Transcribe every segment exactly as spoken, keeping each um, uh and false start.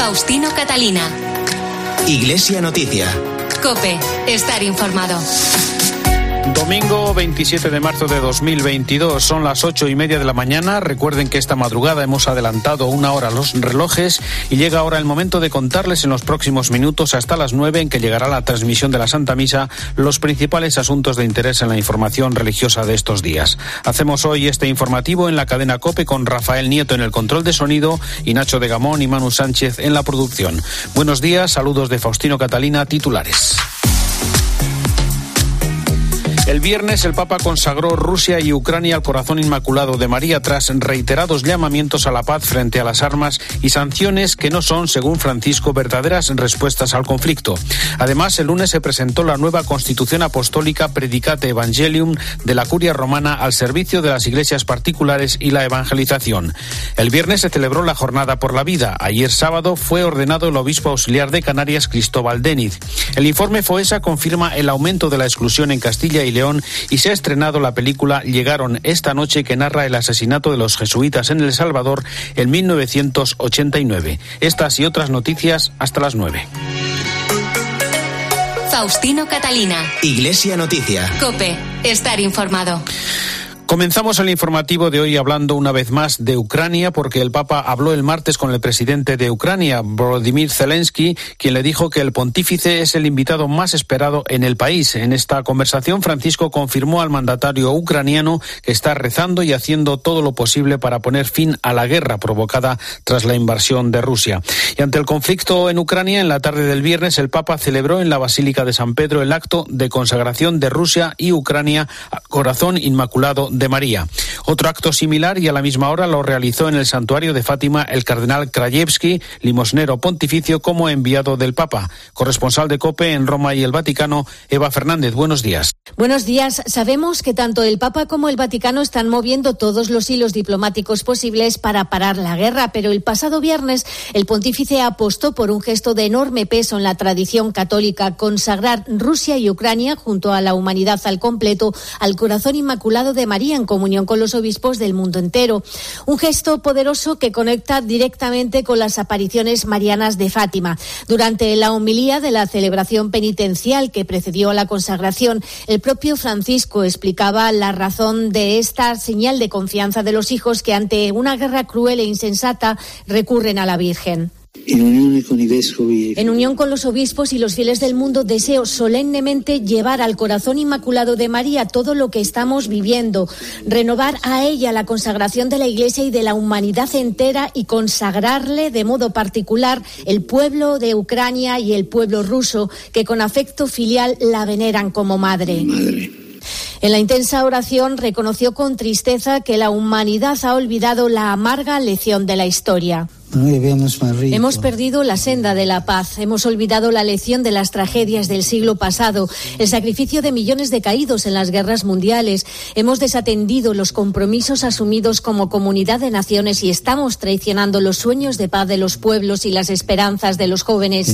Faustino Catalina. Iglesia Noticia. COPE. Estar informado. Domingo veintisiete de marzo de dos mil veintidós, son las ocho y media de la mañana. Recuerden que esta madrugada hemos adelantado una hora los relojes y llega ahora el momento de contarles en los próximos minutos hasta las nueve, en que llegará la transmisión de la Santa Misa, los principales asuntos de interés en la información religiosa de estos días. Hacemos hoy este informativo en la cadena COPE con Rafael Nieto en el control de sonido y Nacho de Gamón y Manu Sánchez en la producción. Buenos días, saludos de Faustino Catalina, titulares. El viernes el Papa consagró Rusia y Ucrania al corazón inmaculado de María tras reiterados llamamientos a la paz frente a las armas y sanciones que no son, según Francisco, verdaderas respuestas al conflicto. Además, el lunes se presentó la nueva Constitución Apostólica Predicate Evangelium de la Curia Romana al servicio de las iglesias particulares y la evangelización. El viernes se celebró la Jornada por la Vida. Ayer sábado fue ordenado el obispo auxiliar de Canarias, Cristóbal Déniz. El informe FOESA confirma el aumento de la exclusión en Castilla y León y se ha estrenado la película Llegaron esta noche, que narra el asesinato de los jesuitas en El Salvador en mil novecientos ochenta y nueve. Estas y otras noticias hasta las nueve. Faustino Catalina. Iglesia Noticia. COPE. Estar informado. Comenzamos el informativo de hoy hablando una vez más de Ucrania, porque el Papa habló el martes con el presidente de Ucrania, Volodymyr Zelensky, quien le dijo que el pontífice es el invitado más esperado en el país. En esta conversación, Francisco confirmó al mandatario ucraniano que está rezando y haciendo todo lo posible para poner fin a la guerra provocada tras la invasión de Rusia. Y ante el conflicto en Ucrania, en la tarde del viernes, el Papa celebró en la Basílica de San Pedro el acto de consagración de Rusia y Ucrania al corazón inmaculado de María. Otro acto similar y a la misma hora lo realizó en el santuario de Fátima el cardenal Krajewski, limosnero pontificio como enviado del Papa. Corresponsal de COPE en Roma y el Vaticano, Eva Fernández, buenos días. Buenos días. Sabemos que tanto el Papa como el Vaticano están moviendo todos los hilos diplomáticos posibles para parar la guerra, pero el pasado viernes el pontífice apostó por un gesto de enorme peso en la tradición católica: consagrar Rusia y Ucrania junto a la humanidad al completo al corazón inmaculado de María, en comunión con los obispos del mundo entero. Un gesto poderoso que conecta directamente con las apariciones marianas de Fátima. Durante la homilía de la celebración penitencial que precedió a la consagración, el propio Francisco explicaba la razón de esta señal de confianza de los hijos que ante una guerra cruel e insensata recurren a la Virgen. En unión con los obispos y los fieles del mundo, deseo solemnemente llevar al corazón inmaculado de María todo lo que estamos viviendo, renovar a ella la consagración de la Iglesia y de la humanidad entera y consagrarle de modo particular el pueblo de Ucrania y el pueblo ruso, que con afecto filial la veneran como madre. Madre. En la intensa oración reconoció con tristeza que la humanidad ha olvidado la amarga lección de la historia. Hemos perdido la senda de la paz, hemos olvidado la lección de las tragedias del siglo pasado, el sacrificio de millones de caídos en las guerras mundiales, hemos desatendido los compromisos asumidos como comunidad de naciones y estamos traicionando los sueños de paz de los pueblos y las esperanzas de los jóvenes.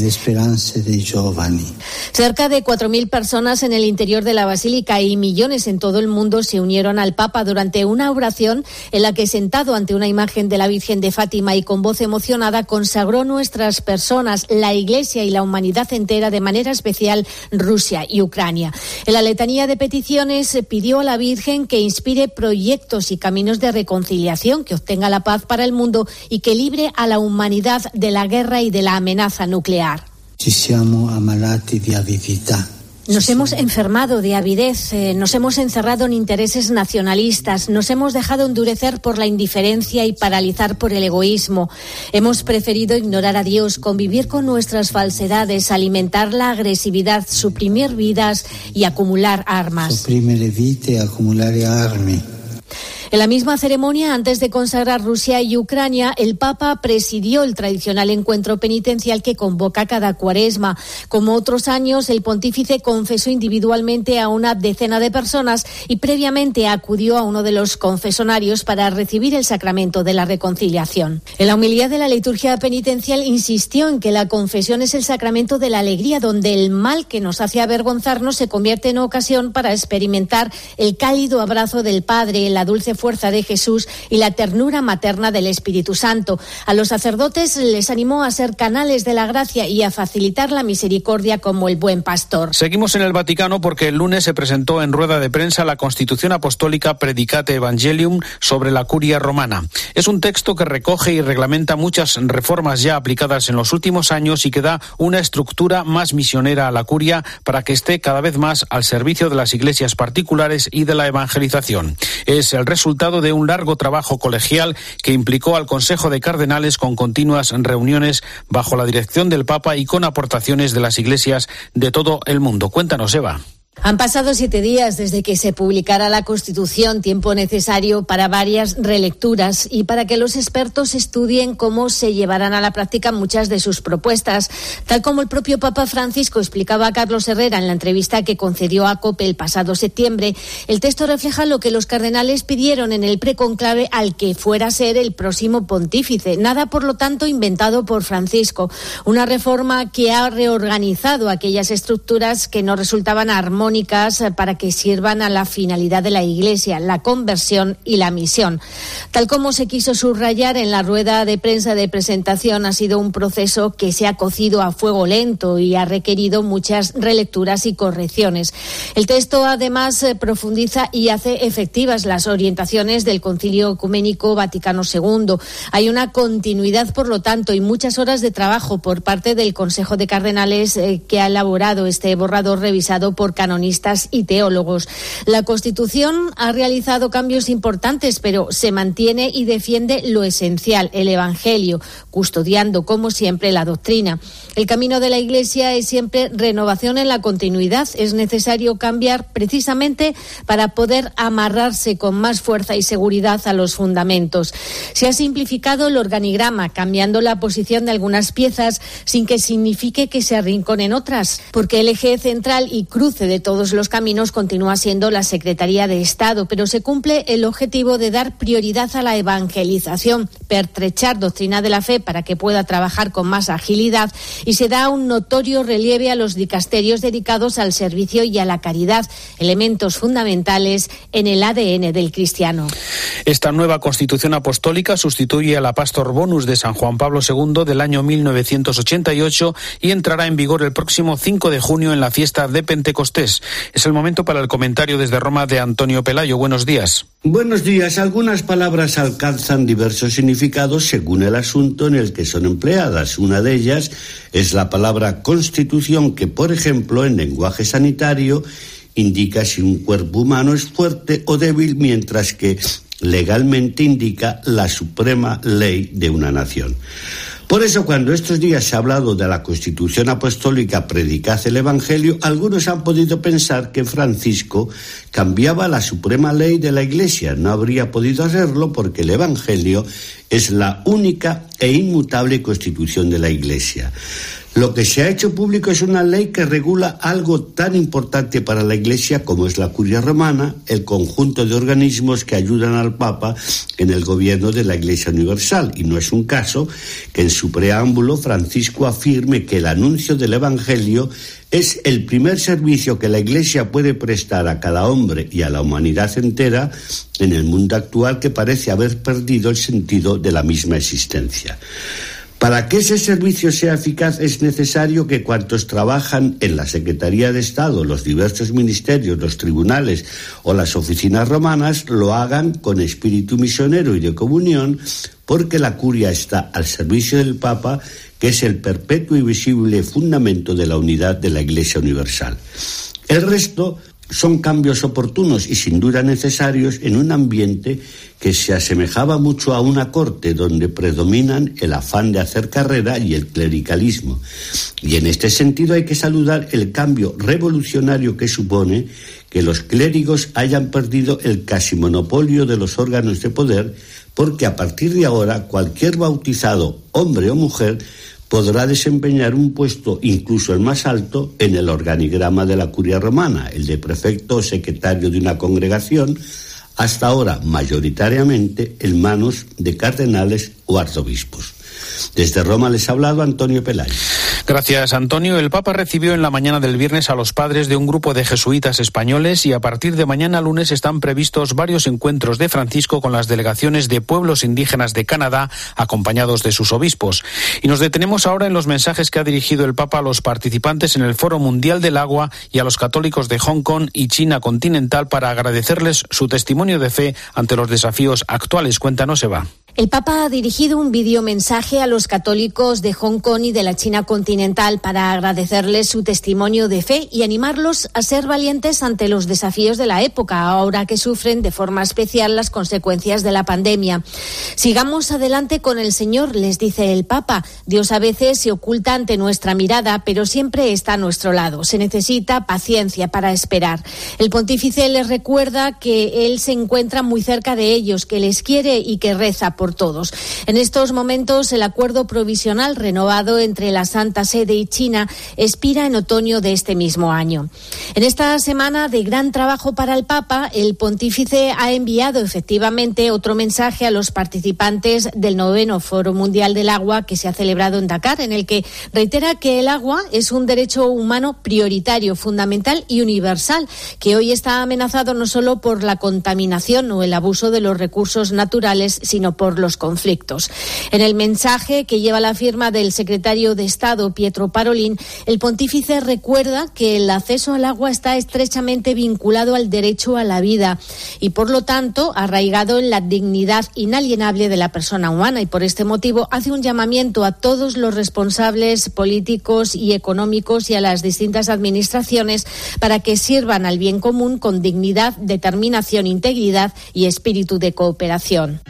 Cerca de cuatro mil personas en el interior de la Basílica y millones en todo el mundo se unieron al Papa durante una oración en la que, sentado ante una imagen de la Virgen de Fátima y con voz emocionada, consagró nuestras personas, la Iglesia y la humanidad entera, de manera especial Rusia y Ucrania. En la letanía de peticiones pidió a la Virgen que inspire proyectos y caminos de reconciliación, que obtenga la paz para el mundo y que libre a la humanidad de la guerra y de la amenaza nuclear. Ci siamo ammalati di avidità. Nos hemos enfermado de avidez, eh, nos hemos encerrado en intereses nacionalistas, nos hemos dejado endurecer por la indiferencia y paralizar por el egoísmo. Hemos preferido ignorar a Dios, convivir con nuestras falsedades, alimentar la agresividad, suprimir vidas y acumular armas. Sopprimere vite e accumulare armi. En la misma ceremonia, antes de consagrar Rusia y Ucrania, el Papa presidió el tradicional encuentro penitencial que convoca cada Cuaresma. Como otros años, el pontífice confesó individualmente a una decena de personas y previamente acudió a uno de los confesonarios para recibir el sacramento de la reconciliación. En la homilía de la liturgia penitencial insistió en que la confesión es el sacramento de la alegría, donde el mal que nos hace avergonzarnos se convierte en ocasión para experimentar el cálido abrazo del Padre, la dulce fuerza de Jesús y la ternura materna del Espíritu Santo. A los sacerdotes les animó a ser canales de la gracia y a facilitar la misericordia como el buen pastor. Seguimos en el Vaticano porque el lunes se presentó en rueda de prensa la Constitución Apostólica Predicate Evangelium sobre la Curia Romana. Es un texto que recoge y reglamenta muchas reformas ya aplicadas en los últimos años y que da una estructura más misionera a la Curia para que esté cada vez más al servicio de las iglesias particulares y de la evangelización. Es el resultado de un largo trabajo colegial que implicó al Consejo de Cardenales con continuas reuniones bajo la dirección del Papa y con aportaciones de las iglesias de todo el mundo. Cuéntanos, Eva. Han pasado siete días desde que se publicara la Constitución, tiempo necesario para varias relecturas y para que los expertos estudien cómo se llevarán a la práctica muchas de sus propuestas. Tal como el propio Papa Francisco explicaba a Carlos Herrera en la entrevista que concedió a COPE el pasado septiembre, el texto refleja lo que los cardenales pidieron en el preconclave al que fuera a ser el próximo pontífice. Nada, por lo tanto, inventado por Francisco. Una reforma que ha reorganizado aquellas estructuras que no resultaban armónicas para que sirvan a la finalidad de la Iglesia, la conversión y la misión. Tal como se quiso subrayar en la rueda de prensa de presentación, ha sido un proceso que se ha cocido a fuego lento y ha requerido muchas relecturas y correcciones. El texto, además, profundiza y hace efectivas las orientaciones del Concilio Ecuménico Vaticano segundo. Hay una continuidad, por lo tanto, y muchas horas de trabajo por parte del Consejo de Cardenales eh, que ha elaborado este borrador revisado por canonistas y teólogos. La Constitución ha realizado cambios importantes, pero se mantiene y defiende lo esencial, el Evangelio, custodiando, como siempre, la doctrina. El camino de la Iglesia es siempre renovación en la continuidad. Es necesario cambiar precisamente para poder amarrarse con más fuerza y seguridad a los fundamentos. Se ha simplificado el organigrama, cambiando la posición de algunas piezas sin que signifique que se arrinconen otras, porque el eje central y cruce de todos los caminos continúa siendo la Secretaría de Estado, pero se cumple el objetivo de dar prioridad a la evangelización, pertrechar doctrina de la fe para que pueda trabajar con más agilidad y se da un notorio relieve a los dicasterios dedicados al servicio y a la caridad, elementos fundamentales en el A D N del cristiano. Esta nueva Constitución Apostólica sustituye a la Pastor Bonus de San Juan Pablo segundo del año mil novecientos ochenta y ocho y entrará en vigor el próximo cinco de junio en la fiesta de Pentecostés. Es el momento para el comentario desde Roma de Antonio Pelayo. Buenos días. Buenos días. Algunas palabras alcanzan diversos significados según el asunto en el que son empleadas. Una de ellas es la palabra constitución, que, por ejemplo, en lenguaje sanitario indica si un cuerpo humano es fuerte o débil, mientras que legalmente indica la suprema ley de una nación. Por eso, cuando estos días se ha hablado de la Constitución Apostólica Predicad el Evangelio, algunos han podido pensar que Francisco cambiaba la suprema ley de la Iglesia. No habría podido hacerlo porque el Evangelio es la única e inmutable Constitución de la Iglesia. Lo que se ha hecho público es una ley que regula algo tan importante para la Iglesia como es la Curia Romana, el conjunto de organismos que ayudan al Papa en el gobierno de la Iglesia Universal. Y no es un caso que en su preámbulo Francisco afirme que el anuncio del Evangelio es el primer servicio que la Iglesia puede prestar a cada hombre y a la humanidad entera en el mundo actual, que parece haber perdido el sentido de la misma existencia. Para que ese servicio sea eficaz es necesario que cuantos trabajan en la Secretaría de Estado, los diversos ministerios, los tribunales o las oficinas romanas lo hagan con espíritu misionero y de comunión, porque la curia está al servicio del Papa, que es el perpetuo y visible fundamento de la unidad de la Iglesia Universal. El resto son cambios oportunos y sin duda necesarios en un ambiente que se asemejaba mucho a una corte donde predominan el afán de hacer carrera y el clericalismo. Y en este sentido hay que saludar el cambio revolucionario que supone que los clérigos hayan perdido el casi monopolio de los órganos de poder, porque a partir de ahora cualquier bautizado, hombre o mujer, podrá desempeñar un puesto, incluso el más alto, en el organigrama de la Curia Romana, el de prefecto o secretario de una congregación, hasta ahora mayoritariamente en manos de cardenales o arzobispos. Desde Roma les ha hablado Antonio Pelayo. Gracias, Antonio. El Papa recibió en la mañana del viernes a los padres de un grupo de jesuitas españoles y a partir de mañana lunes están previstos varios encuentros de Francisco con las delegaciones de pueblos indígenas de Canadá, acompañados de sus obispos. Y nos detenemos ahora en los mensajes que ha dirigido el Papa a los participantes en el Foro Mundial del Agua y a los católicos de Hong Kong y China continental para agradecerles su testimonio de fe ante los desafíos actuales. Cuéntanos, Eva. El Papa ha dirigido un videomensaje a los católicos de Hong Kong y de la China continental para agradecerles su testimonio de fe y animarlos a ser valientes ante los desafíos de la época, ahora que sufren de forma especial las consecuencias de la pandemia. Sigamos adelante con el Señor, les dice el Papa. Dios a veces se oculta ante nuestra mirada, pero siempre está a nuestro lado. Se necesita paciencia para esperar. El pontífice les recuerda que Él se encuentra muy cerca de ellos, que les quiere y que reza por por todos. En estos momentos, el acuerdo provisional renovado entre la Santa Sede y China expira en otoño de este mismo año. En esta semana de gran trabajo para el Papa, el pontífice ha enviado efectivamente otro mensaje a los participantes del noveno Foro Mundial del Agua que se ha celebrado en Dakar, en el que reitera que el agua es un derecho humano prioritario, fundamental y universal, que hoy está amenazado no solo por la contaminación o el abuso de los recursos naturales, sino por los conflictos. En el mensaje, que lleva la firma del secretario de Estado, Pietro Parolin, el pontífice recuerda que el acceso al agua está estrechamente vinculado al derecho a la vida y, por lo tanto, arraigado en la dignidad inalienable de la persona humana, y por este motivo hace un llamamiento a todos los responsables políticos y económicos y a las distintas administraciones para que sirvan al bien común con dignidad, determinación, integridad y espíritu de cooperación.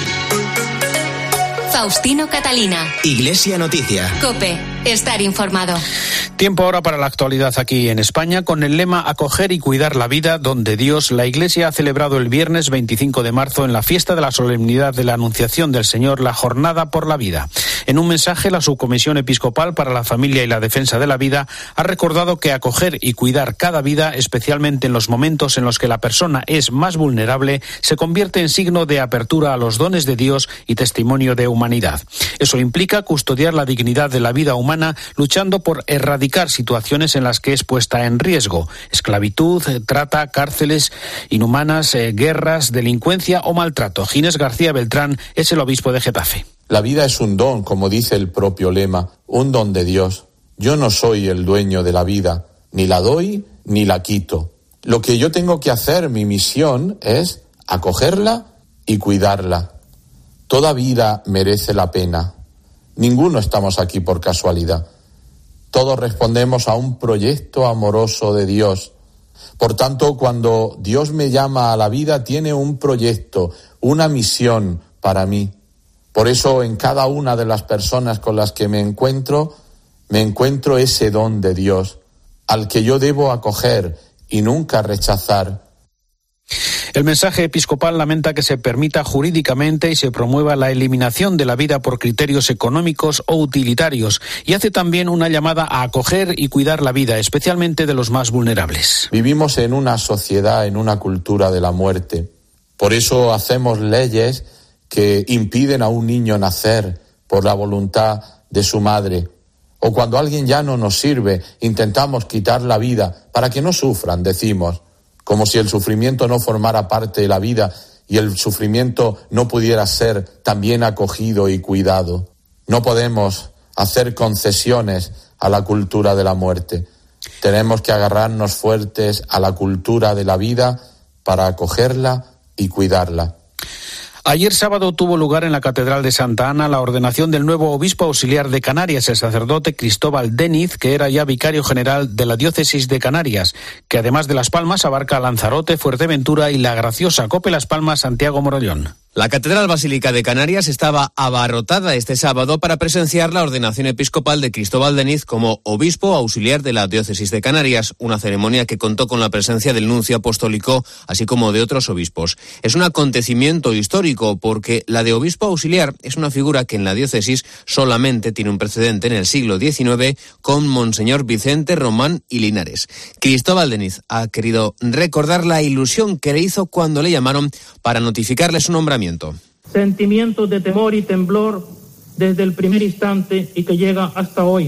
Faustino Catalina. Iglesia Noticia. COPE. Estar informado. Tiempo ahora para la actualidad aquí en España. Con el lema Acoger y cuidar la vida, donde Dios, la Iglesia ha celebrado el viernes veinticinco de marzo, en la fiesta de la solemnidad de la Anunciación del Señor, la Jornada por la Vida. En un mensaje, la Subcomisión Episcopal para la Familia y la Defensa de la Vida ha recordado que acoger y cuidar cada vida, especialmente en los momentos en los que la persona es más vulnerable, se convierte en signo de apertura a los dones de Dios y testimonio de humanidad. Eso implica custodiar la dignidad de la vida humana, luchando por erradicar situaciones en las que es puesta en riesgo: esclavitud, trata, cárceles inhumanas, eh, guerras, delincuencia o maltrato. Ginés García Beltrán es el obispo de Getafe. La vida es un don, como dice el propio lema, un don de Dios. Yo no soy el dueño de la vida, ni la doy ni la quito. Lo que yo tengo que hacer, mi misión, es acogerla y cuidarla. Toda vida merece la pena. Ninguno estamos aquí por casualidad. Todos respondemos a un proyecto amoroso de Dios. Por tanto, cuando Dios me llama a la vida, tiene un proyecto, una misión para mí. Por eso, en cada una de las personas con las que me encuentro, me encuentro ese don de Dios, al que yo debo acoger y nunca rechazar. El mensaje episcopal lamenta que se permita jurídicamente y se promueva la eliminación de la vida por criterios económicos o utilitarios, y hace también una llamada a acoger y cuidar la vida, especialmente de los más vulnerables. Vivimos en una sociedad, en una cultura de la muerte. Por eso hacemos leyes que impiden a un niño nacer por la voluntad de su madre. O cuando alguien ya no nos sirve, intentamos quitar la vida para que no sufran, decimos, como si el sufrimiento no formara parte de la vida y el sufrimiento no pudiera ser también acogido y cuidado. No podemos hacer concesiones a la cultura de la muerte. Tenemos que agarrarnos fuertes a la cultura de la vida para acogerla y cuidarla. Ayer sábado tuvo lugar en la Catedral de Santa Ana la ordenación del nuevo obispo auxiliar de Canarias, el sacerdote Cristóbal Deniz, que era ya vicario general de la diócesis de Canarias, que además de Las Palmas abarca Lanzarote, Fuerteventura y La Graciosa. COPE Las Palmas, Santiago Morollón. La Catedral Basílica de Canarias estaba abarrotada este sábado para presenciar la ordenación episcopal de Cristóbal Deniz como obispo auxiliar de la diócesis de Canarias, una ceremonia que contó con la presencia del nuncio apostólico, así como de otros obispos. Es un acontecimiento histórico porque la de obispo auxiliar es una figura que en la diócesis solamente tiene un precedente en el siglo diecinueve con Monseñor Vicente Román y Linares. Cristóbal Deniz ha querido recordar la ilusión que le hizo cuando le llamaron para notificarle su nombramiento. Sentimientos de temor y temblor desde el primer instante y que llega hasta hoy.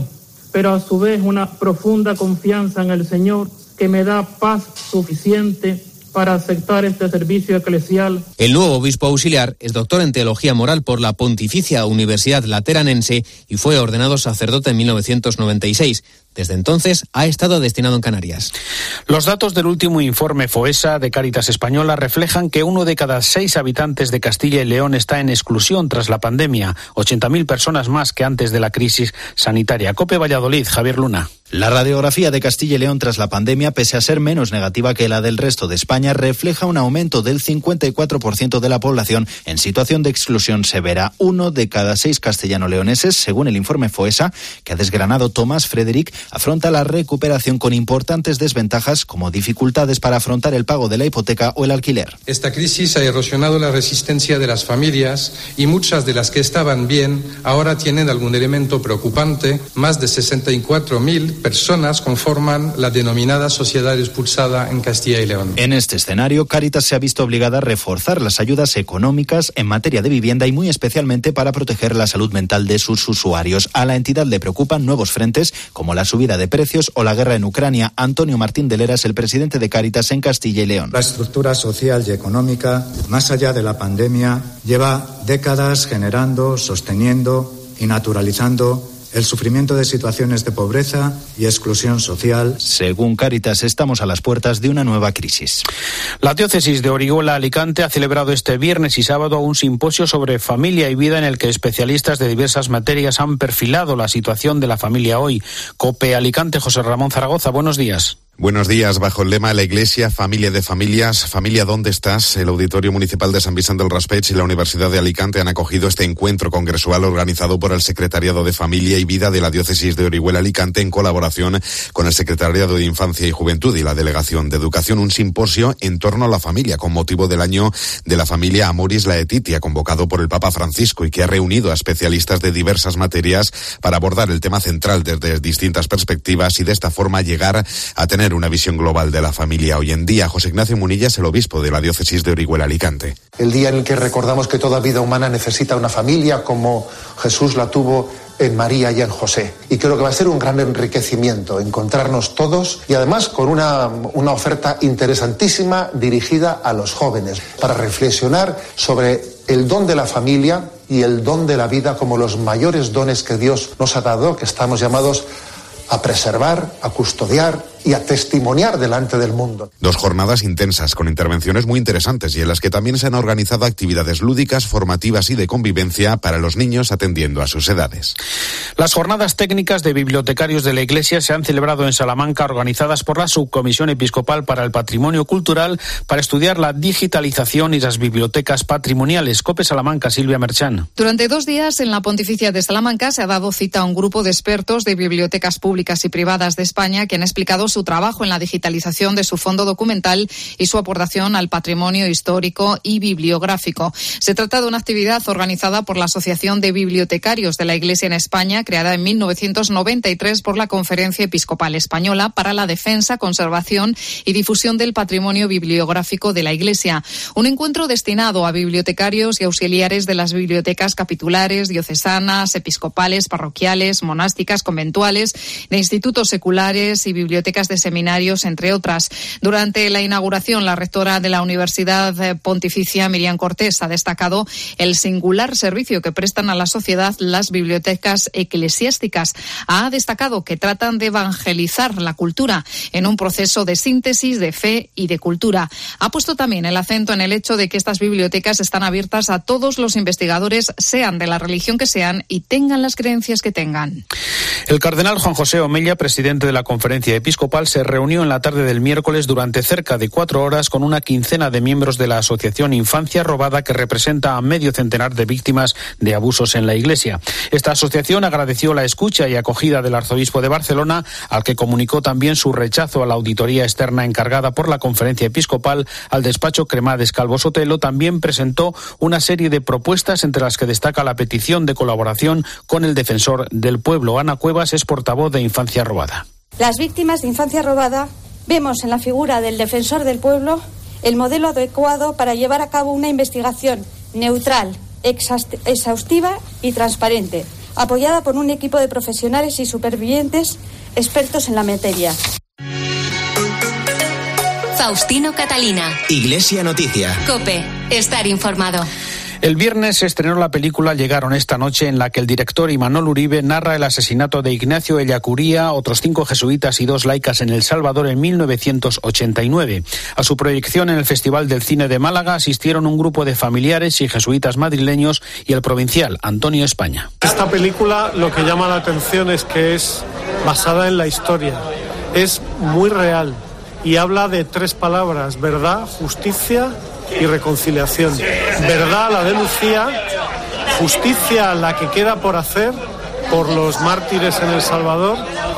pero a su vez una profunda confianza en el Señor que me da paz suficiente para aceptar este servicio eclesial. El nuevo obispo auxiliar es doctor en Teología Moral por la Pontificia Universidad Lateranense y fue ordenado sacerdote en mil novecientos noventa y seis. Desde entonces ha estado destinado en Canarias. Los datos del último informe FOESA de Cáritas Española reflejan que uno de cada seis habitantes de Castilla y León está en exclusión tras la pandemia, ochenta mil personas más que antes de la crisis sanitaria. COPE Valladolid, Javier Luna. La radiografía de Castilla y León tras la pandemia, pese a ser menos negativa que la del resto de España, refleja un aumento del cincuenta y cuatro por ciento de la población en situación de exclusión severa. Uno de cada seis castellano-leoneses, según el informe FOESA, que ha desgranado Tomás Frederick, afronta la recuperación con importantes desventajas como dificultades para afrontar el pago de la hipoteca o el alquiler. Esta crisis ha erosionado la resistencia de las familias y muchas de las que estaban bien ahora tienen algún elemento preocupante. Más de sesenta y cuatro mil personas conforman la denominada sociedad expulsada en Castilla y León. En este escenario, Cáritas se ha visto obligada a reforzar las ayudas económicas en materia de vivienda y muy especialmente para proteger la salud mental de sus usuarios. A la entidad le preocupan nuevos frentes como la subida de precios o la guerra en Ucrania. Antonio Martín de Lera es el presidente de Cáritas en Castilla y León. La estructura social y económica, más allá de la pandemia, lleva décadas generando, sosteniendo y naturalizando el sufrimiento de situaciones de pobreza y exclusión social. Según Cáritas, estamos a las puertas de una nueva crisis. La diócesis de Orihuela-Alicante ha celebrado este viernes y sábado un simposio sobre familia y vida en el que especialistas de diversas materias han perfilado la situación de la familia hoy. COPE Alicante, José Ramón Zaragoza, buenos días. Buenos días. Bajo el lema La Iglesia, Familia de Familias, Familia, ¿dónde estás? El Auditorio Municipal de San Vicente del Raspeig y la Universidad de Alicante han acogido este encuentro congresual organizado por el Secretariado de Familia y Vida de la Diócesis de Orihuela-Alicante en colaboración con el Secretariado de Infancia y Juventud y la Delegación de Educación. Un simposio en torno a la familia con motivo del año de la familia Amoris Laetitia, convocado por el Papa Francisco y que ha reunido a especialistas de diversas materias para abordar el tema central desde distintas perspectivas y de esta forma llegar a tener una visión global de la familia hoy en día. José Ignacio Munilla es el obispo de la diócesis de Orihuela-Alicante. El día en el que recordamos que toda vida humana necesita una familia como Jesús la tuvo en María y en José. Y creo que va a ser un gran enriquecimiento encontrarnos todos y además con una, una oferta interesantísima dirigida a los jóvenes para reflexionar sobre el don de la familia y el don de la vida como los mayores dones que Dios nos ha dado, que estamos llamados a preservar, a custodiar y a testimoniar delante del mundo. Dos jornadas intensas con intervenciones muy interesantes y en las que también se han organizado actividades lúdicas, formativas y de convivencia para los niños atendiendo a sus edades. Las jornadas técnicas de bibliotecarios de la Iglesia se han celebrado en Salamanca, organizadas por la Subcomisión Episcopal para el Patrimonio Cultural para estudiar la digitalización y las bibliotecas patrimoniales. COPE Salamanca, Silvia Merchán. Durante dos días en la Pontificia de Salamanca se ha dado cita a un grupo de expertos de bibliotecas públicas y privadas de España que han explicado su trabajo en la digitalización de su fondo documental y su aportación al patrimonio histórico y bibliográfico. Se trata de una actividad organizada por la Asociación de Bibliotecarios de la Iglesia en España, creada en mil novecientos noventa y tres por la Conferencia Episcopal Española para la defensa, conservación y difusión del patrimonio bibliográfico de la Iglesia. Un encuentro destinado a bibliotecarios y auxiliares de las bibliotecas capitulares, diocesanas, episcopales, parroquiales, monásticas, conventuales, de institutos seculares y bibliotecas de seminarios, entre otras. Durante la inauguración, la rectora de la Universidad Pontificia, Miriam Cortés, ha destacado el singular servicio que prestan a la sociedad las bibliotecas eclesiásticas. Ha destacado que tratan de evangelizar la cultura en un proceso de síntesis de fe y de cultura. Ha puesto también el acento en el hecho de que estas bibliotecas están abiertas a todos los investigadores, sean de la religión que sean y tengan las creencias que tengan. El cardenal Juan José Omella, presidente de la Conferencia Episcopal, se reunió en la tarde del miércoles durante cerca de cuatro horas con una quincena de miembros de la Asociación Infancia Robada, que representa a medio centenar de víctimas de abusos en la Iglesia. Esta asociación agradeció la escucha y acogida del arzobispo de Barcelona, al que comunicó también su rechazo a la auditoría externa encargada por la Conferencia Episcopal al despacho Cremades Calvo Sotelo. También presentó una serie de propuestas, entre las que destaca la petición de colaboración con el defensor del pueblo. Ana Cuevas es portavoz de Infancia Robada. Las víctimas de infancia robada vemos en la figura del defensor del pueblo el modelo adecuado para llevar a cabo una investigación neutral, exhaustiva y transparente, apoyada por un equipo de profesionales y supervivientes expertos en la materia. Faustino Catalina. Iglesia Noticia. COPE. Estar informado. El viernes se estrenó la película Llegaron esta noche, en la que el director Imanol Uribe narra el asesinato de Ignacio Ellacuría, otros cinco jesuitas y dos laicas en El Salvador en mil novecientos ochenta y nueve. A su proyección en el Festival del Cine de Málaga asistieron un grupo de familiares y jesuitas madrileños y el provincial Antonio España. Esta película lo que llama la atención es que es basada en la historia, es muy real y habla de tres palabras: verdad, justicia y reconciliación. Verdad, la de Lucía; justicia, la que queda por hacer por los mártires en El Salvador;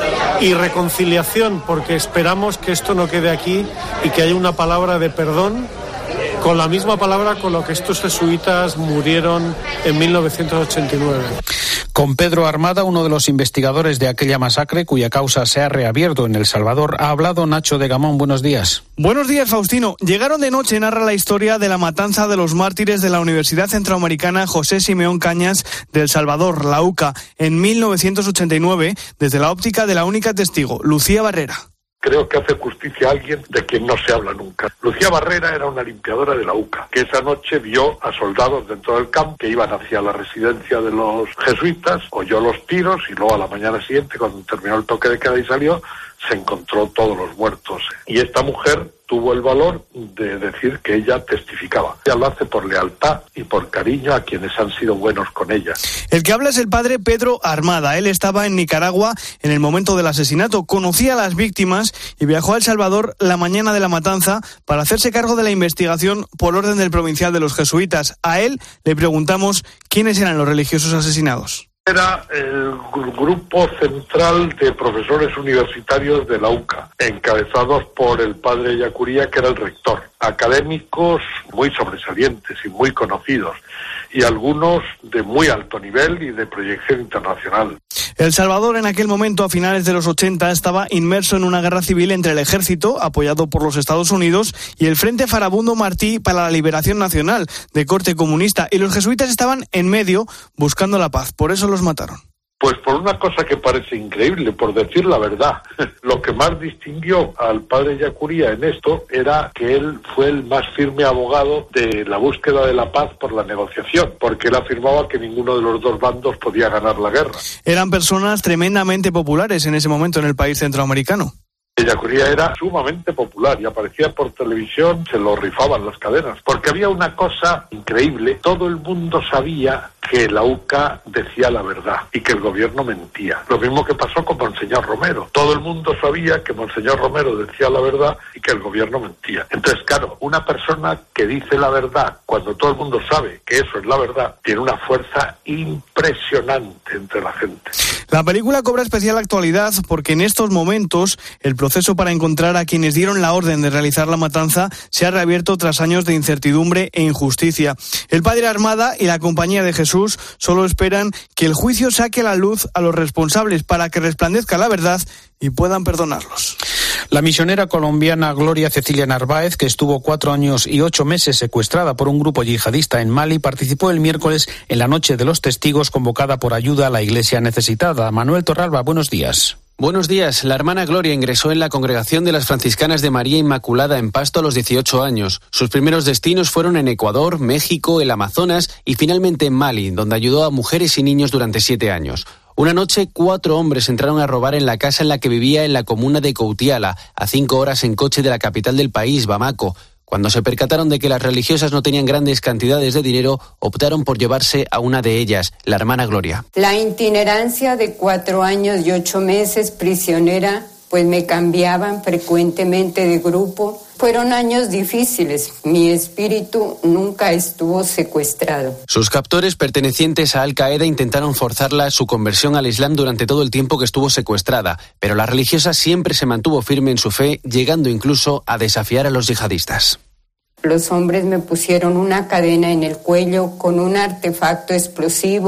y reconciliación, porque esperamos que esto no quede aquí y que haya una palabra de perdón, con la misma palabra con la que estos jesuitas murieron en mil novecientos ochenta y nueve. Con Pedro Armada, uno de los investigadores de aquella masacre, cuya causa se ha reabierto en El Salvador, ha hablado Nacho de Gamón. Buenos días. Buenos días, Faustino. Llegaron de noche narra la historia de la matanza de los mártires de la Universidad Centroamericana José Simeón Cañas de El Salvador, la U C A, en mil novecientos ochenta y nueve, desde la óptica de la única testigo, Lucía Barrera. Creo que hace justicia a alguien de quien no se habla nunca. Lucía Barrera era una limpiadora de la U C A, que esa noche vio a soldados dentro del campo que iban hacia la residencia de los jesuitas, oyó los tiros y luego a la mañana siguiente, cuando terminó el toque de queda y salió, se encontró todos los muertos. Y esta mujer tuvo el valor de decir que ella testificaba. Ella lo hace por lealtad y por cariño a quienes han sido buenos con ella. El que habla es el padre Pedro Armada. Él estaba en Nicaragua en el momento del asesinato, conocía a las víctimas y viajó a El Salvador la mañana de la matanza para hacerse cargo de la investigación por orden del provincial de los jesuitas. A él le preguntamos quiénes eran los religiosos asesinados. Era el grupo central de profesores universitarios de la U C A, encabezados por el padre Ellacuría, que era el rector. Académicos muy sobresalientes y muy conocidos, y algunos de muy alto nivel y de proyección internacional. El Salvador en aquel momento, a finales de los ochenta, estaba inmerso en una guerra civil entre el ejército, apoyado por los Estados Unidos, y el Frente Farabundo Martí para la Liberación Nacional, de corte comunista, y los jesuitas estaban en medio buscando la paz. Por eso los mataron. Pues por una cosa que parece increíble, por decir la verdad. Lo que más distinguió al padre Ellacuría en esto era que él fue el más firme abogado de la búsqueda de la paz por la negociación, porque él afirmaba que ninguno de los dos bandos podía ganar la guerra. Eran personas tremendamente populares en ese momento en el país centroamericano. Ellacuría era sumamente popular y aparecía por televisión, se lo rifaban las cadenas, porque había una cosa increíble: todo el mundo sabía que la U C A decía la verdad y que el gobierno mentía. Lo mismo que pasó con Monseñor Romero. Todo el mundo sabía que Monseñor Romero decía la verdad y que el gobierno mentía. Entonces, claro, una persona que dice la verdad cuando todo el mundo sabe que eso es la verdad, tiene una fuerza impresionante entre la gente. La película cobra especial actualidad porque en estos momentos el proceso para encontrar a quienes dieron la orden de realizar la matanza se ha reabierto tras años de incertidumbre e injusticia. El padre Armada y la Compañía de Jesús solo esperan que el juicio saque a la luz a los responsables para que resplandezca la verdad y puedan perdonarlos. La misionera colombiana Gloria Cecilia Narváez, que estuvo cuatro años y ocho meses secuestrada por un grupo yihadista en Mali, participó el miércoles en la Noche de los Testigos, convocada por Ayuda a la Iglesia Necesitada. Manuel Torralba, buenos días. Buenos días. La hermana Gloria ingresó en la Congregación de las Franciscanas de María Inmaculada en Pasto a los dieciocho años. Sus primeros destinos fueron en Ecuador, México, el Amazonas y finalmente en Mali, donde ayudó a mujeres y niños durante siete años. Una noche, cuatro hombres entraron a robar en la casa en la que vivía en la comuna de Coutiala, a cinco horas en coche de la capital del país, Bamako. Cuando se percataron de que las religiosas no tenían grandes cantidades de dinero, optaron por llevarse a una de ellas, la hermana Gloria. La itinerancia de cuatro años y ocho meses prisionera, pues me cambiaban frecuentemente de grupo. Fueron años difíciles. Mi espíritu nunca estuvo secuestrado. Sus captores, pertenecientes a Al Qaeda, intentaron forzarla a su conversión al Islam durante todo el tiempo que estuvo secuestrada, pero la religiosa siempre se mantuvo firme en su fe, llegando incluso a desafiar a los yihadistas. Los hombres me pusieron una cadena en el cuello con un artefacto explosivo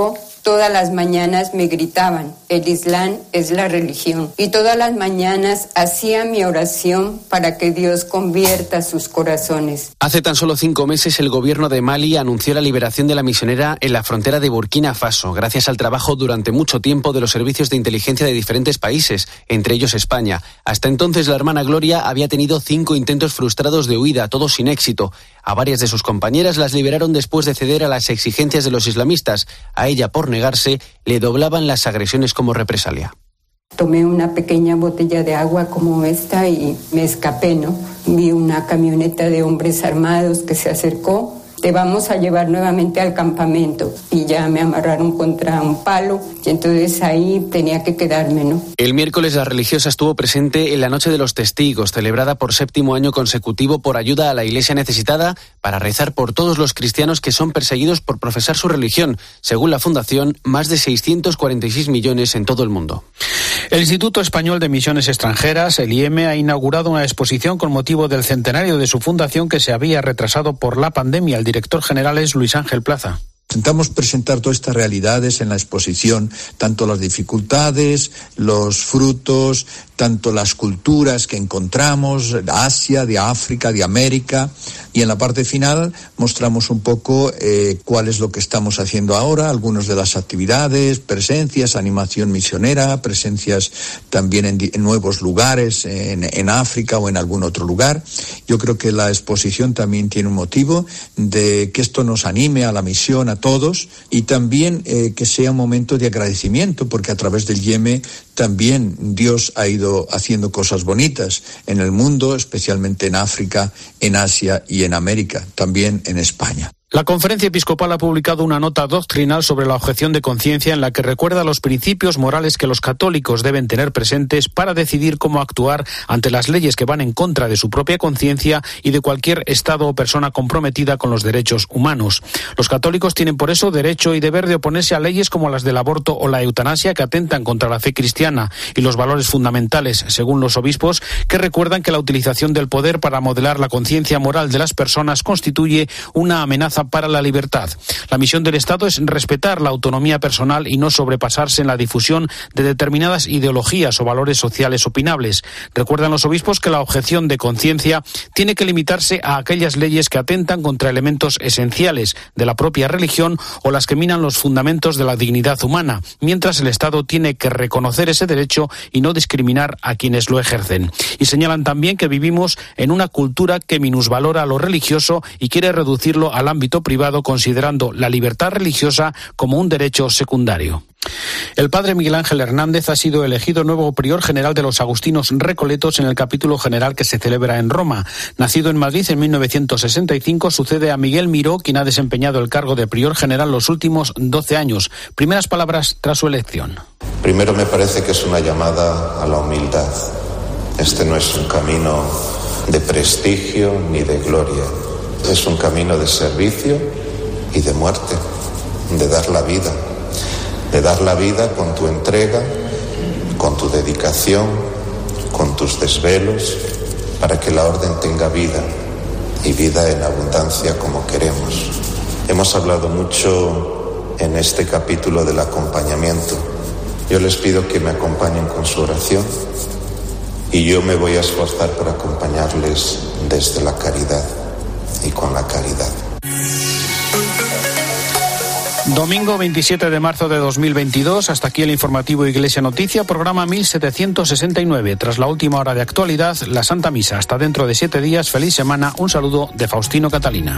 Todas las mañanas me gritaban, el Islam es la religión. Y todas las mañanas hacía mi oración para que Dios convierta sus corazones. Hace tan solo cinco meses el gobierno de Mali anunció la liberación de la misionera en la frontera de Burkina Faso, gracias al trabajo durante mucho tiempo de los servicios de inteligencia de diferentes países, entre ellos España. Hasta entonces la hermana Gloria había tenido cinco intentos frustrados de huida, todos sin éxito. A varias de sus compañeras las liberaron después de ceder a las exigencias de los islamistas. A ella, por negarse, le doblaban las agresiones como represalia. Tomé una pequeña botella de agua como esta y me escapé, ¿no? Vi una camioneta de hombres armados que se acercó. Te vamos a llevar nuevamente al campamento. Y ya me amarraron contra un palo y entonces ahí tenía que quedarme, ¿no? El miércoles la religiosa estuvo presente en la Noche de los Testigos, celebrada por séptimo año consecutivo por ayuda a la Iglesia necesitada para rezar por todos los cristianos que son perseguidos por profesar su religión. Según la Fundación, más de seiscientos cuarenta y seis millones en todo el mundo. El Instituto Español de Misiones Extranjeras, el I E M E, ha inaugurado una exposición con motivo del centenario de su fundación que se había retrasado por la pandemia. El director general es Luis Ángel Plaza. Intentamos presentar todas estas realidades en la exposición, tanto las dificultades, los frutos, tanto las culturas que encontramos, de Asia, de África, de América, y en la parte final mostramos un poco eh, cuál es lo que estamos haciendo ahora, algunas de las actividades, presencias, animación misionera, presencias también en, en nuevos lugares, en, en África o en algún otro lugar. Yo creo que la exposición también tiene un motivo de que esto nos anime a la misión, a todos, y también eh, que sea un momento de agradecimiento, porque a través del I E M E también Dios ha ido haciendo cosas bonitas en el mundo, especialmente en África, en Asia y en América, también en España. La Conferencia Episcopal ha publicado una nota doctrinal sobre la objeción de conciencia en la que recuerda los principios morales que los católicos deben tener presentes para decidir cómo actuar ante las leyes que van en contra de su propia conciencia y de cualquier Estado o persona comprometida con los derechos humanos. Los católicos tienen por eso derecho y deber de oponerse a leyes como las del aborto o la eutanasia que atentan contra la fe cristiana y los valores fundamentales, según los obispos, que recuerdan que la utilización del poder para modelar la conciencia moral de las personas constituye una amenaza para la libertad. La misión del Estado es respetar la autonomía personal y no sobrepasarse en la difusión de determinadas ideologías o valores sociales opinables. Recuerdan los obispos que la objeción de conciencia tiene que limitarse a aquellas leyes que atentan contra elementos esenciales de la propia religión o las que minan los fundamentos de la dignidad humana, mientras el Estado tiene que reconocer ese derecho y no discriminar a quienes lo ejercen. Y señalan también que vivimos en una cultura que minusvalora lo religioso y quiere reducirlo al ámbito privado, considerando la libertad religiosa como un derecho secundario. El padre Miguel Ángel Hernández ha sido elegido nuevo prior general de los agustinos recoletos en el capítulo general que se celebra en Roma. Nacido en Madrid en mil novecientos sesenta y cinco, sucede a Miguel Miró, quien ha desempeñado el cargo de prior general los últimos doce años. Primeras palabras tras su elección. Primero, me parece que es una llamada a la humildad. Este no es un camino de prestigio ni de gloria. Es un camino de servicio y de muerte, de dar la vida, de dar la vida con tu entrega, con tu dedicación, con tus desvelos, para que la orden tenga vida y vida en abundancia como queremos. Hemos hablado mucho en este capítulo del acompañamiento. Yo les pido que me acompañen con su oración y yo me voy a esforzar por acompañarles desde la caridad y con la caridad. Domingo veintisiete de marzo de dos mil veintidós, hasta aquí el informativo Iglesia Noticia, programa mil setecientos sesenta y nueve. Tras la última hora de actualidad, la Santa Misa. Hasta dentro de siete días, feliz semana. Un saludo de Faustino Catalina.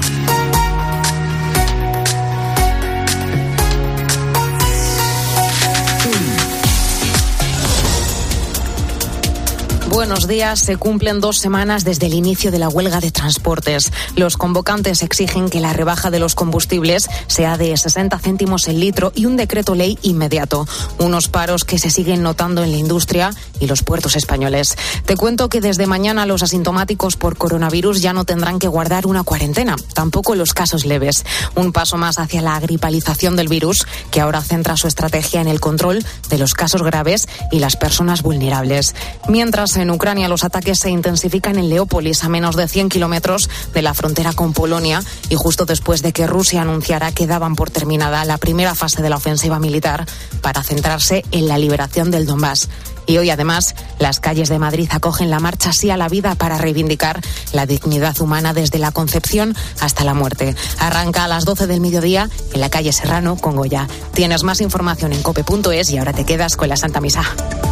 Buenos días. Se cumplen dos semanas desde el inicio de la huelga de transportes. Los convocantes exigen que la rebaja de los combustibles sea de sesenta céntimos el litro y un decreto ley inmediato. Unos paros que se siguen notando en la industria y los puertos españoles. Te cuento que desde mañana los asintomáticos por coronavirus ya no tendrán que guardar una cuarentena, tampoco los casos leves. Un paso más hacia la gripalización del virus, que ahora centra su estrategia en el control de los casos graves y las personas vulnerables. Mientras en Ucrania los ataques se intensifican en Leópolis, a menos de cien kilómetros de la frontera con Polonia, y justo después de que Rusia anunciara que daban por terminada la primera fase de la ofensiva militar para centrarse en la liberación del Donbass. Y hoy, además, las calles de Madrid acogen la marcha Sí a la Vida para reivindicar la dignidad humana desde la concepción hasta la muerte. Arranca a las doce del mediodía en la calle Serrano con Goya. Tienes más información en cope punto es y ahora te quedas con la Santa Misa.